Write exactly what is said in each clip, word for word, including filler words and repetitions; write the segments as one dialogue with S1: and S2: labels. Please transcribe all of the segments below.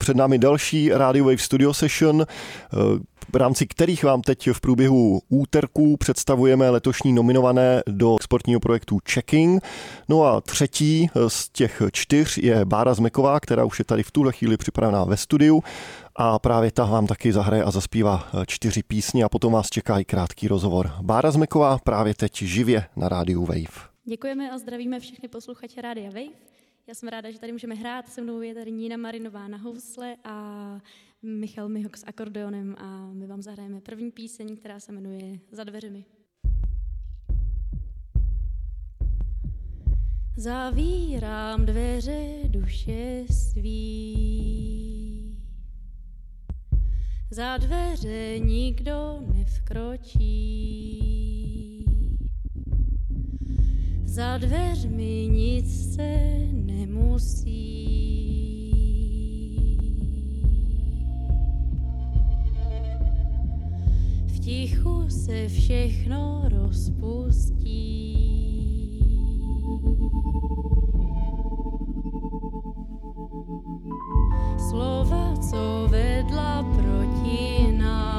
S1: před námi další Radio Wave Studio Session, v rámci kterých vám teď v průběhu úterků představujeme letošní nominované do sportního projektu Checking. No a třetí z těch čtyř je Bára Zmeková, která už je tady v tuhle chvíli připravená ve studiu. A právě ta vám taky zahraje a zaspívá čtyři písně a potom vás čeká i krátký rozhovor. Bára Zmeková právě teď živě na rádiu Wave.
S2: Děkujeme a zdravíme všechny posluchače Rádia Wave. Já jsem ráda, že tady můžeme hrát. Se mnou je tady Nína Marinová na housle a Michal Mihok s akordeonem a my vám zahrajeme první píseň, která se jmenuje Za dveřmi. Zavírám dveře duše svý. Za dveře nikdo nevkročí. Za dveřmi nic se nemusí. V tichu se všechno rozpustí. Slova, co vedla proti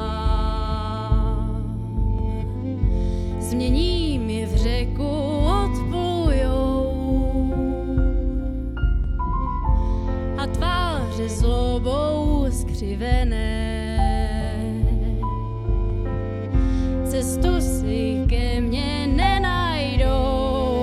S2: nám, změním je v řeku, odplujou a tváře zlobou skřivené cestu si ke mně nenajdou.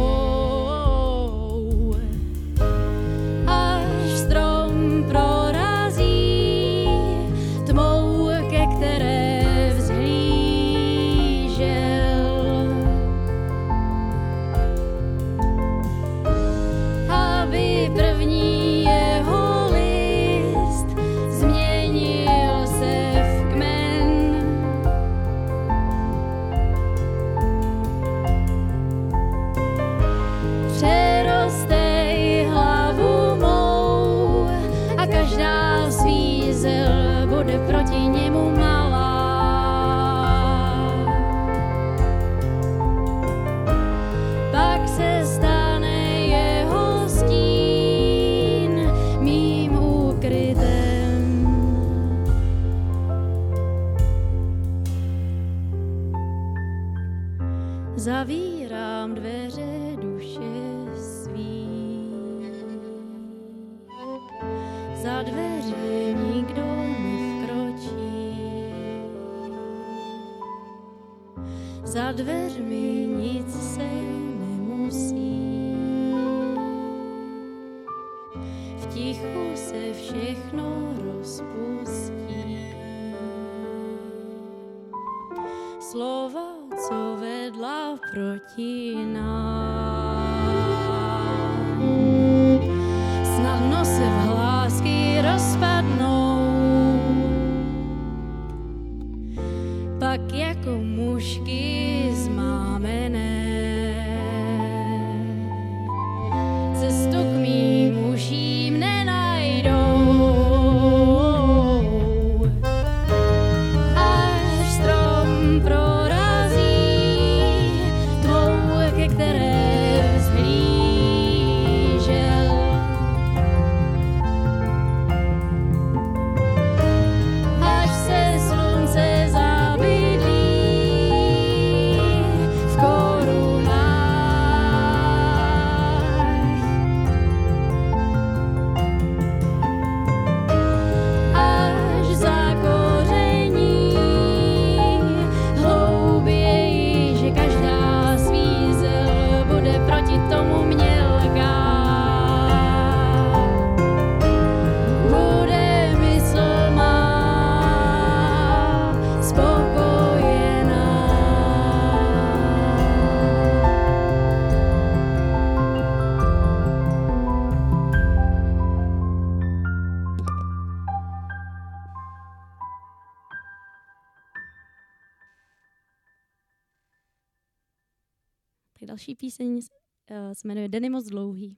S2: Zavírám dveře duše svý. Za dveře nikdo nevkročí. Za dveřmi nic se nemusí. V tichu se všechno rozpustí. Slova, co vedla proti nám, snadno se v hlásky rozpadnou, pak jako mušky zmámené cestu k mým uším nenajdou. Až strom prorazí tmou, ke které vzhlížel. Až se slunce zabydlí v korunách. Až zakoření hlouběji, že každá svízel bude proti tomu mělká. Bude mysl má spokojená. Tak další píseň eh, se jmenuje Den je moc dlouhý.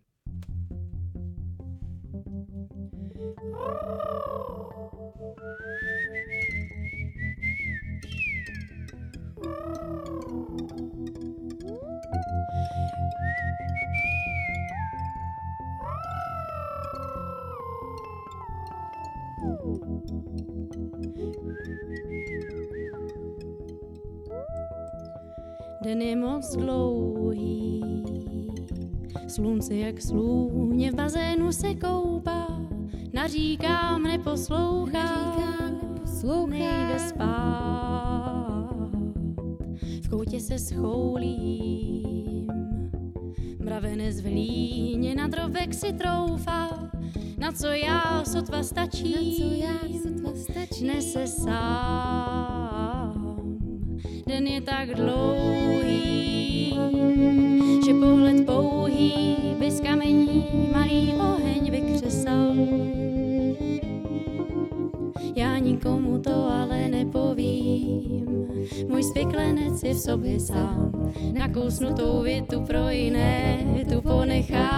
S2: Den je moc dlouhý, slunce jak slůně v bazénu se koupá, naříkám, neposlouchá, nejde spát. V koutě se schoulím, mravenec v hlíně na drobek si troufá, na co já sotva stačím, nese sám. Den je tak dlouhý, že pohled pouhý by z kamení malý oheň vykřesal. Já nikomu to ale nepovím, můj spiklenec je v sobě sám, nakousnutou větu pro jiné tu ponechá.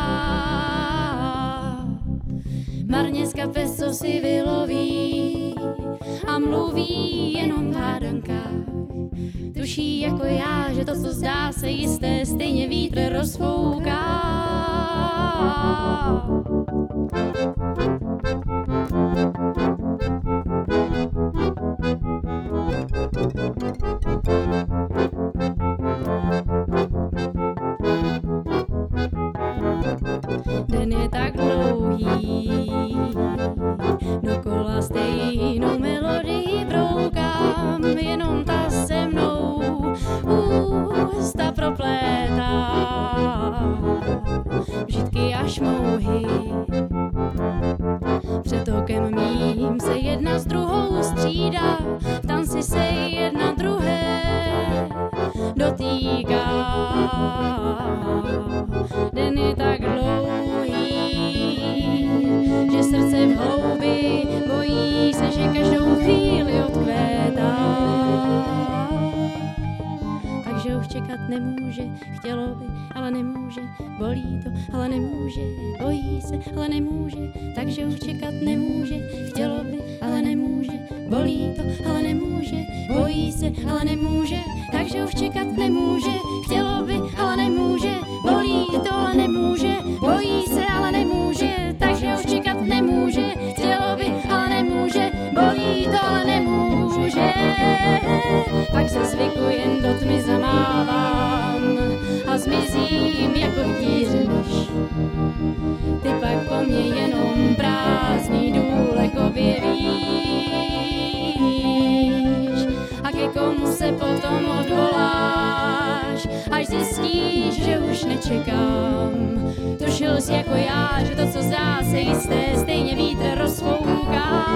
S2: Marně z kapes, co si vyloví a mluví jenom v hádankách. Tuší jako já, že to, co zdá se jisté, stejně vítr rozfouká. Den je tak dlouhý, dokola stejnou melodii broukám, jenom ta se mnou ústa proplétá. Vžitky a šmouhy, před okem mým se jedna s druhou střídá, v tanci se jedna druhé dotýká. Den je tak dlouhý, že srdce v hloubi bojí se, že každou chvíli odkvétá. Takže už čekat nemůže, chtělo by, ale nemůže, bolí to, ale nemůže, bojí se, ale nemůže, takže už čekat nemůže, chtělo by, ale nemůže, bolí to, ale nemůže, bojí se, ale nemůže, takže už čekat nemůže, chtělo by, ale nemůže, bolí to, ale nemůže, bojí se, ale nemůže, takže už čekat nemůže, chtělo by, ale nemůže, bolí to, ale nemůže. Pak ze zvyku jen do tmy zamávám a zmizím jako tíře myš. Ty pak po mně jenom prázdný důlek objevíš a ke komu se potom odvoláš, až zjistíš, že už nečekám. Tušil jsi jako já, že to, co zdá se jisté, stejně vítr rozfouká.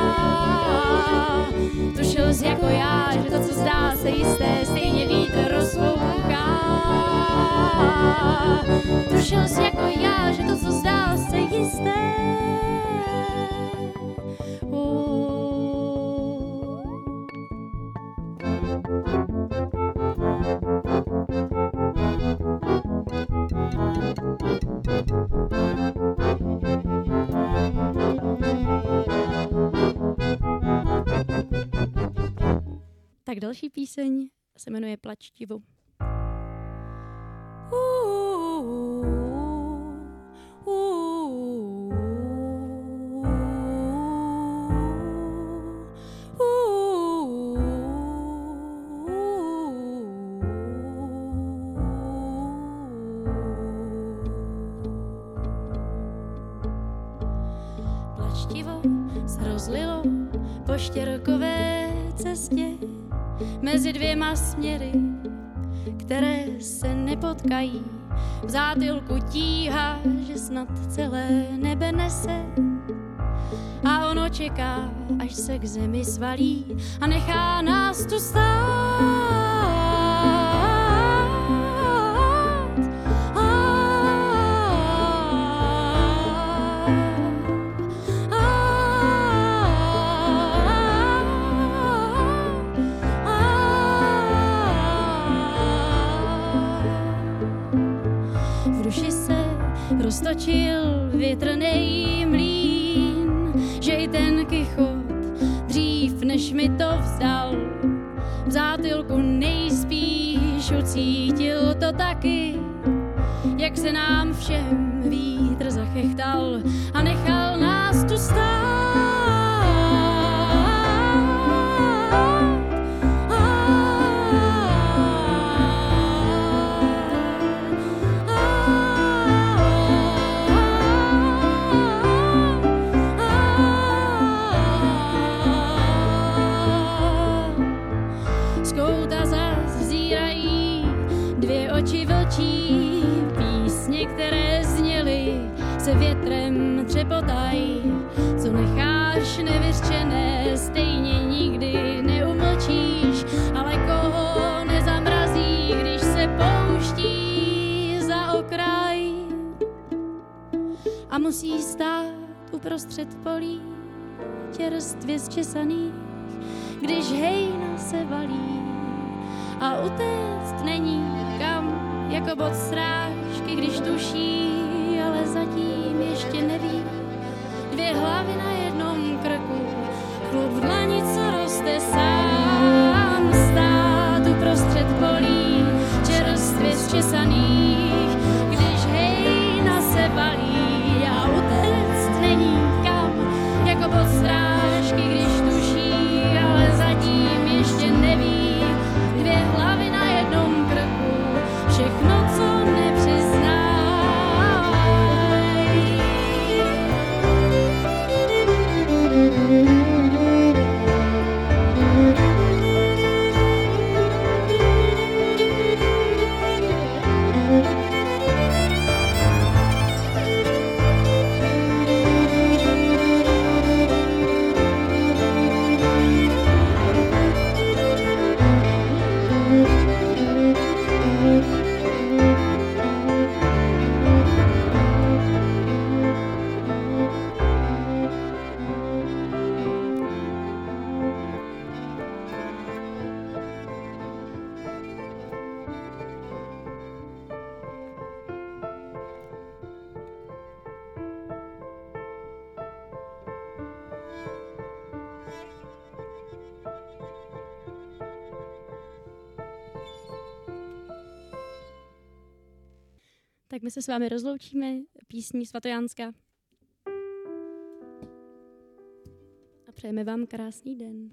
S2: Tušil jsi jako já, že to, co zdá se jisté, stejně vítr rozfouká. Tušil jsi jako já, že to, co zdá se jisté. Tak další píseň se jmenuje Plačtivo. Plačtivo se rozlilo po štěrkové cestě mezi dvěma směry, které se nepotkají. V zátylku tíha, že snad celé nebe nese a ono čeká, až se k zemi svalí a nechá nás tu stát. Roztočil větrnej mlýn, že i ten kychot dřív než mi to vzdal. V zátylku nejspíš ucítil to taky, jak se nám všem vítr zachechtal a nechal nás tu stát. se větrem třepotají, co necháš nevyřčené, stejně nikdy neumlčíš, ale koho nezamrazí, když se pouští za okraj a musí stát uprostřed polí čerstvě zčesaných, když hejna se valí a utéct není kam, jako bod strážky, když tuší, ale zatím ještě neví. Dvě hlavy na jednom krku, chlup v dlani, co roste sám, stát uprostřed polí čerstvě zčesaných, když hejna se valí a utéct není kam, jako bod strážky, když tuší, ale zatím ještě neví. Dvě hlavy na jednom krku, všechno, co nepřiznáš. Tak my se s vámi rozloučíme písní Svatojánska a přejeme vám krásný den.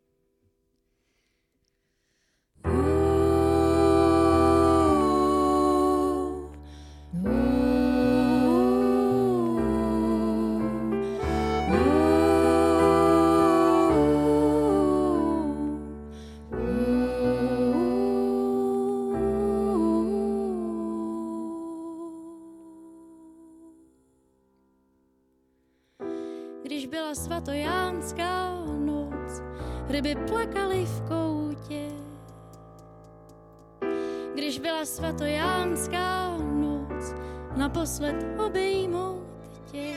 S2: Když byla svatojánská noc, ryby plakaly v koutě. Když byla svatojánská noc, naposled obejmout tě.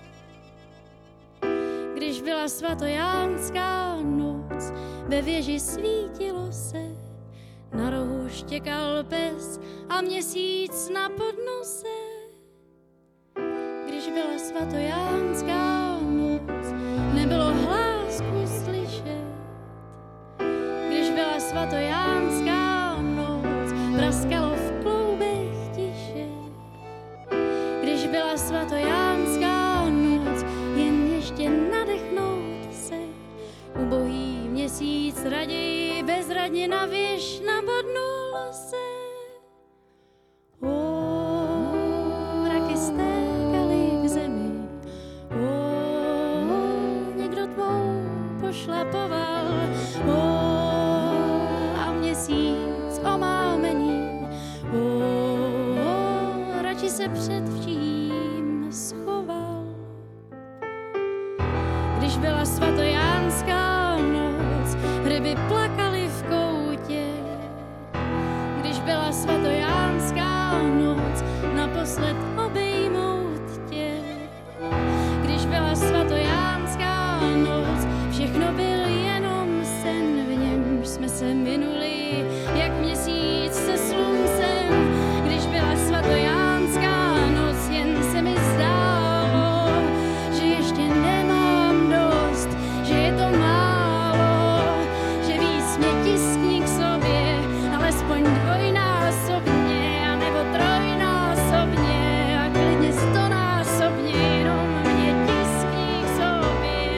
S2: Když byla svatojánská noc, ve věži svítilo se, na rohu štěkal pes a měsíc na podnose. Když byla svatojánská noc, nebylo hlásku slyšet. Když byla svatojánská noc, praskalo v kloubech tiše. Když byla svatojánská noc, jen ještě nadechnout se, ubohý měsíc raději bezradně na věž nabodnul se. Šlapoval, oh, a měsíc omámení, oh, radši se před vším schoval. Když byla svatojánská noc, ryby plakaly v koutě. Když byla svatojánská noc, naposled obejmout tě. Když byla svatojánská noc, všechno byl jenom sen, v němž jsme se minuli, jak měsíc se sluncem. Když byla svatojánská noc, jen se mi zdálo, že ještě nemám dost, že je to málo, že víc mě tiskni k sobě, alespoň dvojnásobně, anebo trojnásobně a klidně stonásobně, jenom mě tiskni k sobě.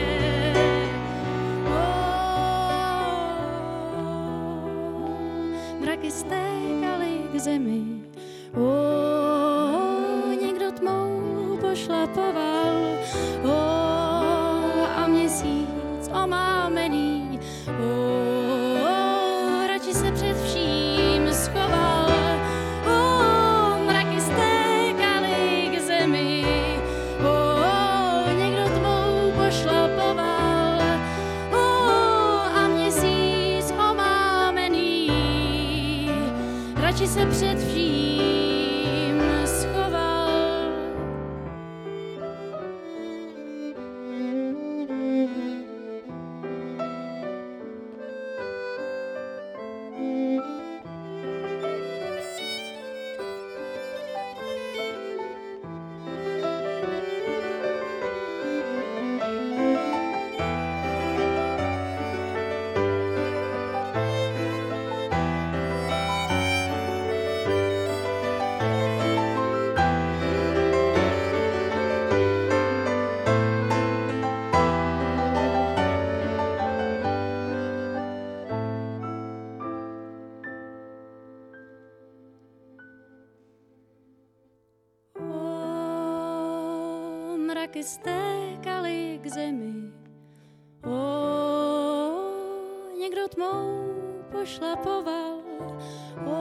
S2: Mraky stékaly k zemi, oh, někdo tmou pošlapoval, oh, a měsíc omámený, oh, radši se před vším schoval, oh, mraky stékaly k zemi, před vším schoval. Mraky stékaly k zemi, o, někdo tmou pošlapoval, o,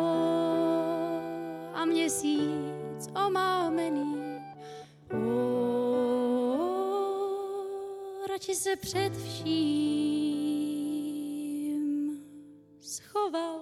S2: a měsíc omámený, o, radši se před vším schoval.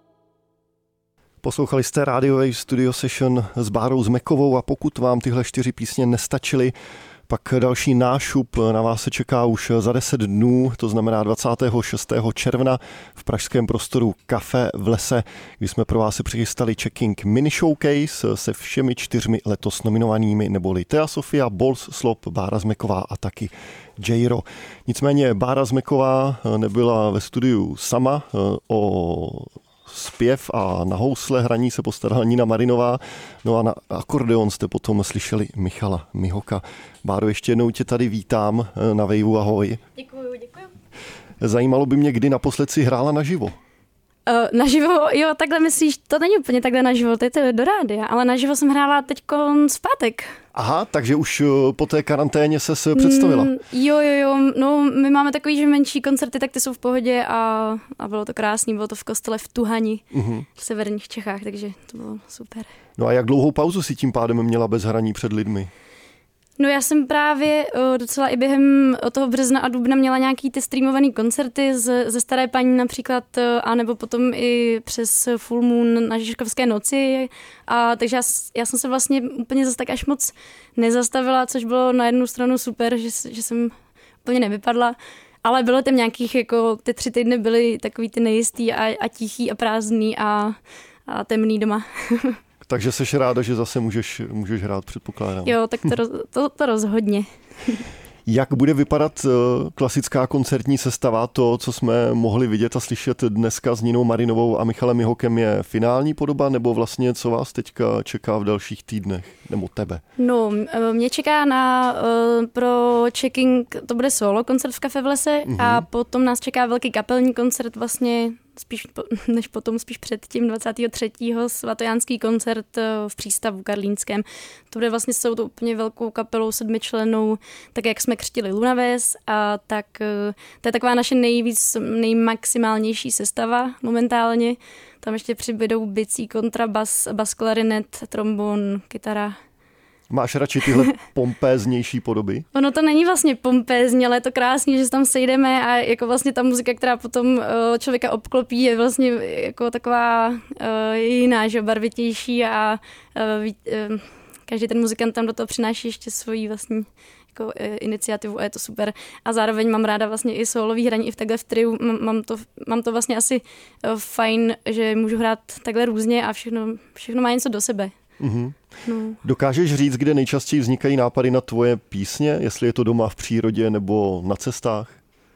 S1: Poslouchali jste Radio Wave Studio Session s Bárou Zmekovou a pokud vám tyhle čtyři písně nestačily, pak další nášup na vás se čeká už za deset dnů, to znamená dvacátého šestého června v pražském prostoru Kafe v lese, kdy jsme pro vás si přichystali Checking Mini Showcase se všemi čtyřmi letos nominovanými, neboli Thea Sofia, Bols Slop, Bára Zmeková a taky J-Ro. Nicméně Bára Zmeková nebyla ve studiu sama, o zpěv a na housle hraní se postarala Nina Marinová, no a na akordeon jste potom slyšeli Michala Mihoka. Báro, ještě jednou tě tady vítám na Waveu, ahoj.
S2: Děkuju, děkuju.
S1: Zajímalo by mě, kdy naposled si hrála naživo.
S2: Uh, naživo, jo, takhle myslíš, to není úplně takhle naživo, to je to do rádia, ale naživo jsem hrála teďko v pátek.
S1: Aha, takže už po té karanténě ses představila.
S2: Mm, jo, jo, jo, no my máme takový, že menší koncerty, tak ty jsou v pohodě a, a bylo to krásný, bylo to v kostele v Tuhani, uh-huh. v severních Čechách, takže to bylo super.
S1: No a jak dlouhou pauzu si tím pádem měla bez hraní před lidmi?
S2: No já jsem právě o, docela i během toho března a dubna měla nějaký ty streamovaný koncerty z, ze Staré paní například, a nebo potom i přes Full Moon na Žižkovské noci. A takže já, já jsem se vlastně úplně zase tak až moc nezastavila, což bylo na jednu stranu super, že, že jsem úplně nevypadla. Ale bylo tam nějakých, jako ty tři týdny byly takový ty nejistý a, a tichý a prázdný a, a temný doma.
S1: Takže seš ráda, že zase můžeš, můžeš hrát, předpokládám.
S2: Jo, tak to, roz, to, to rozhodně.
S1: Jak bude vypadat klasická koncertní sestava? To, co jsme mohli vidět a slyšet dneska s Ninou Marinovou a Michalem Mihokem, je finální podoba, nebo vlastně co vás teďka čeká v dalších týdnech, nebo tebe?
S2: No, mě čeká na pro Checking, to bude solo koncert v Kafe v lese, mm-hmm. a potom nás čeká velký kapelní koncert vlastně spíš než potom, spíš předtím dvacátého třetího svatojánský koncert v přístavu karlínském. To bude vlastně s tou úplně velkou kapelou sedmičlennou, tak jak jsme křtili Lunaves, a tak to je taková naše nejvíc, nejmaximálnější sestava momentálně. Tam ještě přibydou bicí, kontrabas, bas, klarinet, trombon, kytara.
S1: Máš radši tyhle pompéznější podoby?
S2: Ono to není vlastně pompézně, ale je to krásný, že se tam sejdeme a jako vlastně ta muzika, která potom člověka obklopí, je vlastně jako taková uh, jiná, že barvitější a uh, každý ten muzikant tam do toho přináší ještě svoji vlastní jako uh, iniciativu a je to super. A zároveň mám ráda vlastně i solový hraní i v takhle v triu. Mám, mám, to, mám to vlastně asi uh, fajn, že můžu hrát takhle různě a všechno, všechno má něco do sebe.
S1: Mm-hmm.
S2: No.
S1: Dokážeš říct, kde nejčastěji vznikají nápady na tvoje písně? Jestli je to doma v přírodě nebo na cestách?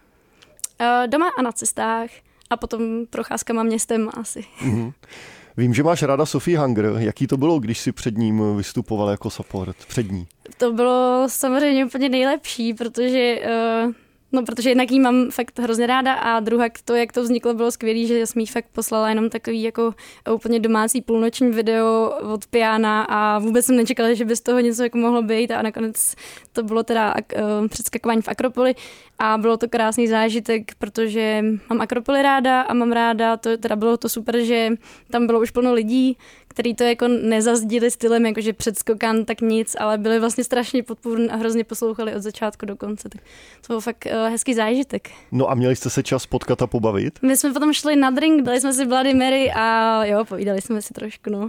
S2: Uh, doma a na cestách a potom procházkama městem asi.
S1: Mm-hmm. Vím, že máš ráda Sophie Hunger. Jaký to bylo, když jsi před ním vystupoval jako support? Před ní?
S2: To bylo samozřejmě úplně nejlepší, protože... Uh, No, protože jednak jí mám fakt hrozně ráda a druhá to, jak to vzniklo, bylo skvělý, že jsem jí fakt poslala jenom takový jako úplně domácí půlnoční video od piana a vůbec jsem nečekala, že by z toho něco jako mohlo být a nakonec to bylo teda uh, předskakování v Akropoli a bylo to krásný zážitek, protože mám Akropoli ráda a mám ráda, to teda bylo to super, že tam bylo už plno lidí, který to jako nezazdili stylem, jakože předskokan, tak nic, ale byli vlastně strašně podpůrní a hrozně poslouchali od začátku do konce. Tak to byl fakt uh, hezký zážitek.
S1: No a měli jste se čas potkat a pobavit?
S2: My jsme potom šli na drink, dali jsme si Bloody Mary a jo, povídali jsme si trošku, no.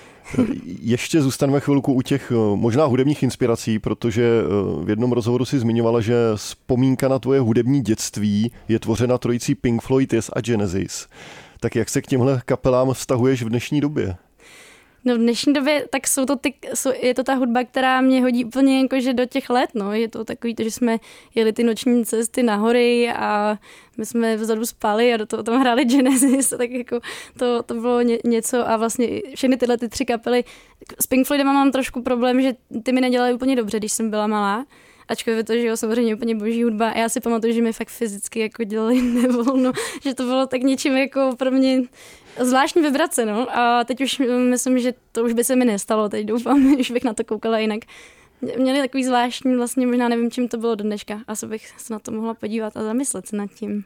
S1: Ještě zůstaneme chvilku u těch možná hudebních inspirací, protože v jednom rozhovoru si zmiňovala, že vzpomínka na tvoje hudební dětství je tvořena trojicí Pink Floyd, Yes a Genesis. Tak jak se k těmhle kapelám vztahuješ v dnešní době?
S2: No v dnešní době tak jsou to ty, jsou, je to ta hudba, která mě hodí úplně jakože do těch let, no. Je to takový, to, že jsme jeli ty noční cesty na hory a my jsme vzadu spali a do toho tam hráli Genesis, tak jako to, to bylo ně, něco a vlastně všechny tyhle ty tři kapely. S Pink Floydem mám trošku problém, že ty mi nedělaly úplně dobře, když jsem byla malá. Ačkoliv to, že jo, samozřejmě úplně boží hudba. A já si pamatuju, že mi fakt fyzicky jako dělali nevolno, že to bylo tak něčím jako pro mě zvláštní vibrace, no. A teď už myslím, že to už by se mi nestalo, teď doufám, už bych na to koukala jinak. Měli takový zvláštní, vlastně možná nevím, čím to bylo do dneška. Asi bych se na to mohla podívat a zamyslet se nad tím.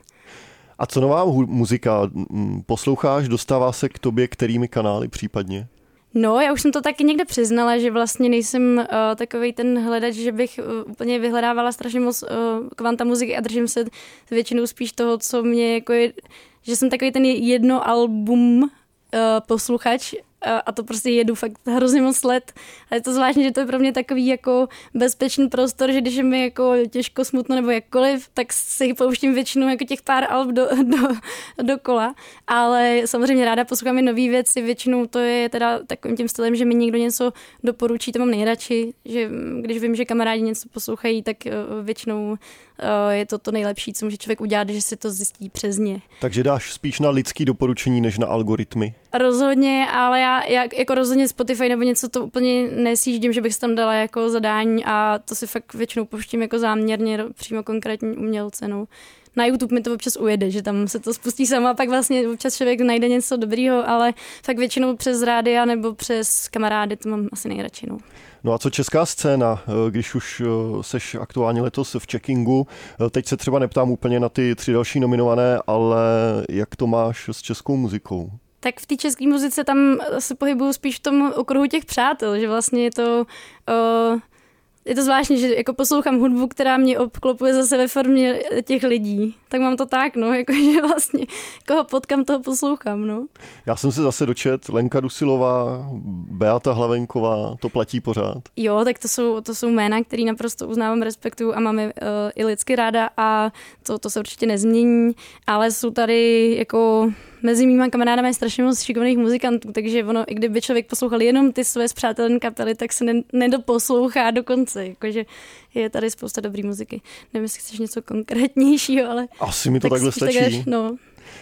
S1: A co nová hu- muzika? Posloucháš, dostává se k tobě kterými kanály případně?
S2: No, já už jsem to taky někde přiznala, že vlastně nejsem uh, takovej ten hledač, že bych uh, úplně vyhledávala strašně moc uh, kvanta muziky a držím se většinou spíš toho, co mě jako je, že jsem takový ten jedno album uh, posluchač a, a to prostě jedu fakt hrozně moc let. A je to zvláštní, že to je pro mě takový jako bezpečný prostor, že když je mi jako těžko, smutno nebo jakkoliv, tak si pouštím většinou jako těch pár alb do, do, do kola. Ale samozřejmě ráda poslouchám i nový věci, většinou to je teda takovým tím stylem, že mi někdo něco doporučí, to mám nejradši, že když vím, že kamarádi něco poslouchají, tak většinou je to to nejlepší, co může člověk udělat, že si to zjistí přes ně.
S1: Takže dáš spíš na lidský doporučení, než na algoritmy?
S2: Rozhodně, ale já, já jako rozhodně Spotify nebo něco to úplně nesjíždím, že bych si tam dala jako zadání a to si fakt většinou pouštím jako záměrně přímo konkrétní umělce. No. Na YouTube mi to občas ujede, že tam se to spustí sama a pak vlastně občas člověk najde něco dobrýho, ale fakt většinou přes rádia nebo přes kamarády to mám asi nejradši. No.
S1: No a co česká scéna, když už seš aktuálně letos v checkingu, teď se třeba neptám úplně na ty tři další nominované, ale jak to máš s českou muzikou?
S2: Tak v té české muzice tam se pohybuju spíš v tom okruhu těch přátel, že vlastně je to... Uh, Je to zvláštní, že jako poslouchám hudbu, která mě obklopuje zase ve formě těch lidí. Tak mám to tak, no, jakože vlastně koho potkám, toho poslouchám, no.
S1: Já jsem se zase dočet, Lenka Dusilová, Beata Hlavenková, to platí pořád. Jo,
S2: tak to jsou, to jsou jména, které naprosto uznávám, respektuju a mám je uh, i lidsky ráda a to, to se určitě nezmění, ale jsou tady jako... Mezi mýma kamarádama je strašně moc šikovných muzikantů, takže ono, i kdyby člověk poslouchal jenom ty své spřátelené kapely, tak se ne, nedoposlouchá do konce. Jakože je tady spousta dobrý muziky. Nevím, jestli chceš něco konkrétnějšího, ale...
S1: Asi mi to tak takhle stačí.
S2: Tak až, no.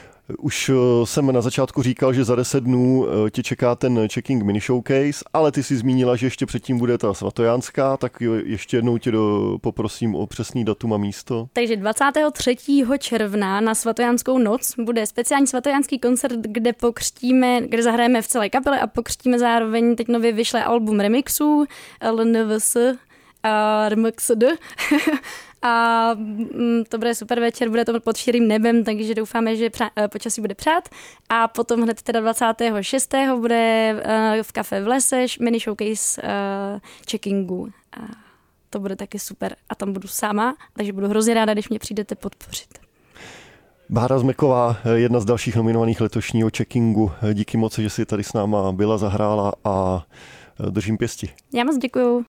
S1: Už jsem na začátku říkal, že za deset dnů tě čeká ten Checking mini showcase, ale ty si zmínila, že ještě předtím bude ta svatojanská, tak ještě jednou tě do, poprosím o přesný datum a místo.
S2: Takže dvacátého třetího června na svatojanskou noc bude speciální svatojanský koncert, kde pokřtíme, kde zahrajeme v celé kapele a pokřtíme zároveň teď nově vyšlé album remixů L N V S a R M X D. A to bude super večer, bude to pod širým nebem, takže doufáme, že přá, počasí bude přát. A potom hned teda dvacátého šestého bude v kafe v lese mini showcase uh, checkingu. A to bude taky super. A tam budu sama, takže budu hrozně ráda, když mě přijdete podpořit.
S1: Bára Zmeková, jedna z dalších nominovaných letošního checkingu. Díky moc, že jsi tady s náma byla, zahrála a držím pěsti.
S2: Já moc děkuju.